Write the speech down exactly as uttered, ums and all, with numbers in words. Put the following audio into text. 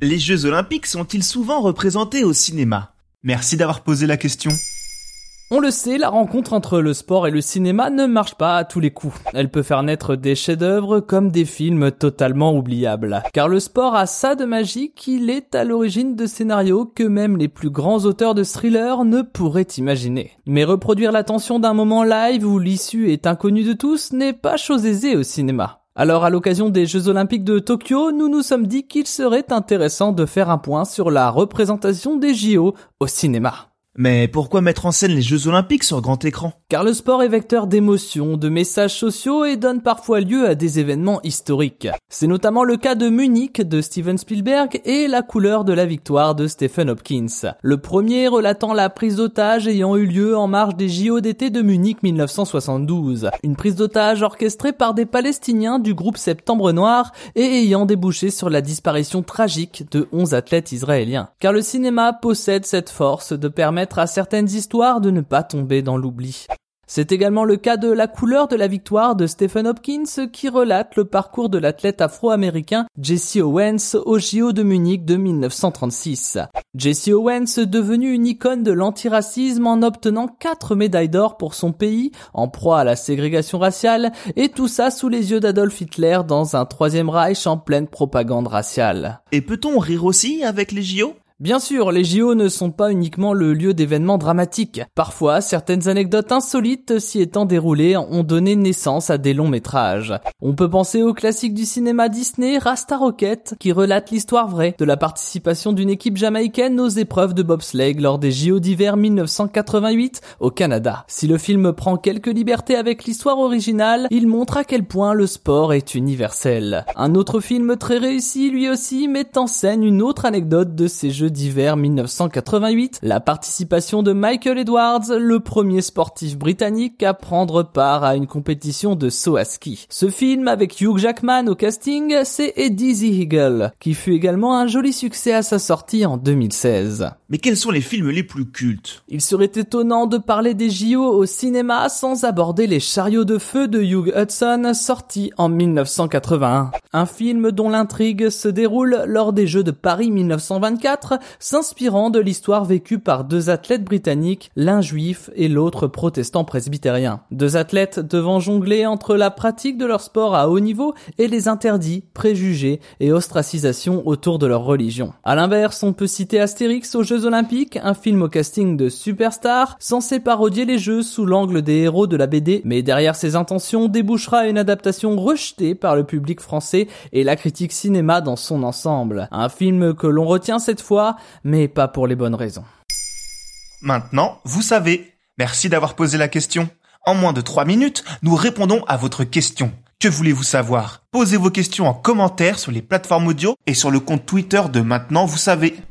Les Jeux Olympiques sont-ils souvent représentés au cinéma ? Merci d'avoir posé la question. On le sait, la rencontre entre le sport et le cinéma ne marche pas à tous les coups. Elle peut faire naître des chefs-d'œuvre comme des films totalement oubliables. Car le sport a ça de magique qu'il est à l'origine de scénarios que même les plus grands auteurs de thrillers ne pourraient imaginer. Mais reproduire la tension d'un moment live où l'issue est inconnue de tous n'est pas chose aisée au cinéma. Alors à l'occasion des Jeux Olympiques de Tokyo, nous nous sommes dit qu'il serait intéressant de faire un point sur la représentation des J O au cinéma. Mais pourquoi mettre en scène les Jeux Olympiques sur grand écran ? Car le sport est vecteur d'émotions, de messages sociaux et donne parfois lieu à des événements historiques. C'est notamment le cas de Munich de Steven Spielberg et La couleur de la victoire de Stephen Hopkins. Le premier relatant la prise d'otage ayant eu lieu en marge des J O d'été de Munich mille neuf cent soixante-douze. Une prise d'otage orchestrée par des Palestiniens du groupe Septembre Noir et ayant débouché sur la disparition tragique de onze athlètes israéliens. Car le cinéma possède cette force de permettre à certaines histoires de ne pas tomber dans l'oubli. C'est également le cas de La couleur de la victoire de Stephen Hopkins qui relate le parcours de l'athlète afro-américain Jesse Owens aux J O de Munich de mille neuf cent trente-six. Jesse Owens, devenu une icône de l'antiracisme en obtenant quatre médailles d'or pour son pays, en proie à la ségrégation raciale, et tout ça sous les yeux d'Adolf Hitler dans un troisième Reich en pleine propagande raciale. Et peut-on rire aussi avec les J O ? Bien sûr, les J O ne sont pas uniquement le lieu d'événements dramatiques. Parfois, certaines anecdotes insolites s'y étant déroulées ont donné naissance à des longs métrages. On peut penser au classique du cinéma Disney, Rasta Rocket, qui relate l'histoire vraie de la participation d'une équipe jamaïcaine aux épreuves de bobsleigh lors des J O d'hiver mille neuf cent quatre-vingt-huit au Canada. Si le film prend quelques libertés avec l'histoire originale, il montre à quel point le sport est universel. Un autre film très réussi, lui aussi, met en scène une autre anecdote de ces Jeux d'hiver mille neuf cent quatre-vingt-huit, la participation de Michael Edwards, le premier sportif britannique à prendre part à une compétition de saut à ski. Ce film, avec Hugh Jackman au casting, c'est Eddie the Eagle, qui fut également un joli succès à sa sortie en deux mille seize. Mais quels sont les films les plus cultes ? Il serait étonnant de parler des J O au cinéma sans aborder Les Chariots de feu de Hugh Hudson, sorti en mille neuf cent quatre-vingt-un. Un film dont l'intrigue se déroule lors des Jeux de Paris mille neuf cent vingt-quatre, s'inspirant de l'histoire vécue par deux athlètes britanniques, l'un juif et l'autre protestant presbytérien. Deux athlètes devant jongler entre la pratique de leur sport à haut niveau et les interdits, préjugés et ostracisation autour de leur religion. À l'inverse, on peut citer Astérix aux Jeux Olympiques, un film au casting de superstars, censé parodier les Jeux sous l'angle des héros de la B D, mais derrière ses intentions débouchera une adaptation rejetée par le public français et la critique cinéma dans son ensemble. Un film que l'on retient cette fois, mais pas pour les bonnes raisons. Maintenant, vous savez. Merci d'avoir posé la question. En moins de trois minutes, nous répondons à votre question. Que voulez-vous savoir ? Posez vos questions en commentaire sur les plateformes audio et sur le compte Twitter de Maintenant, vous savez.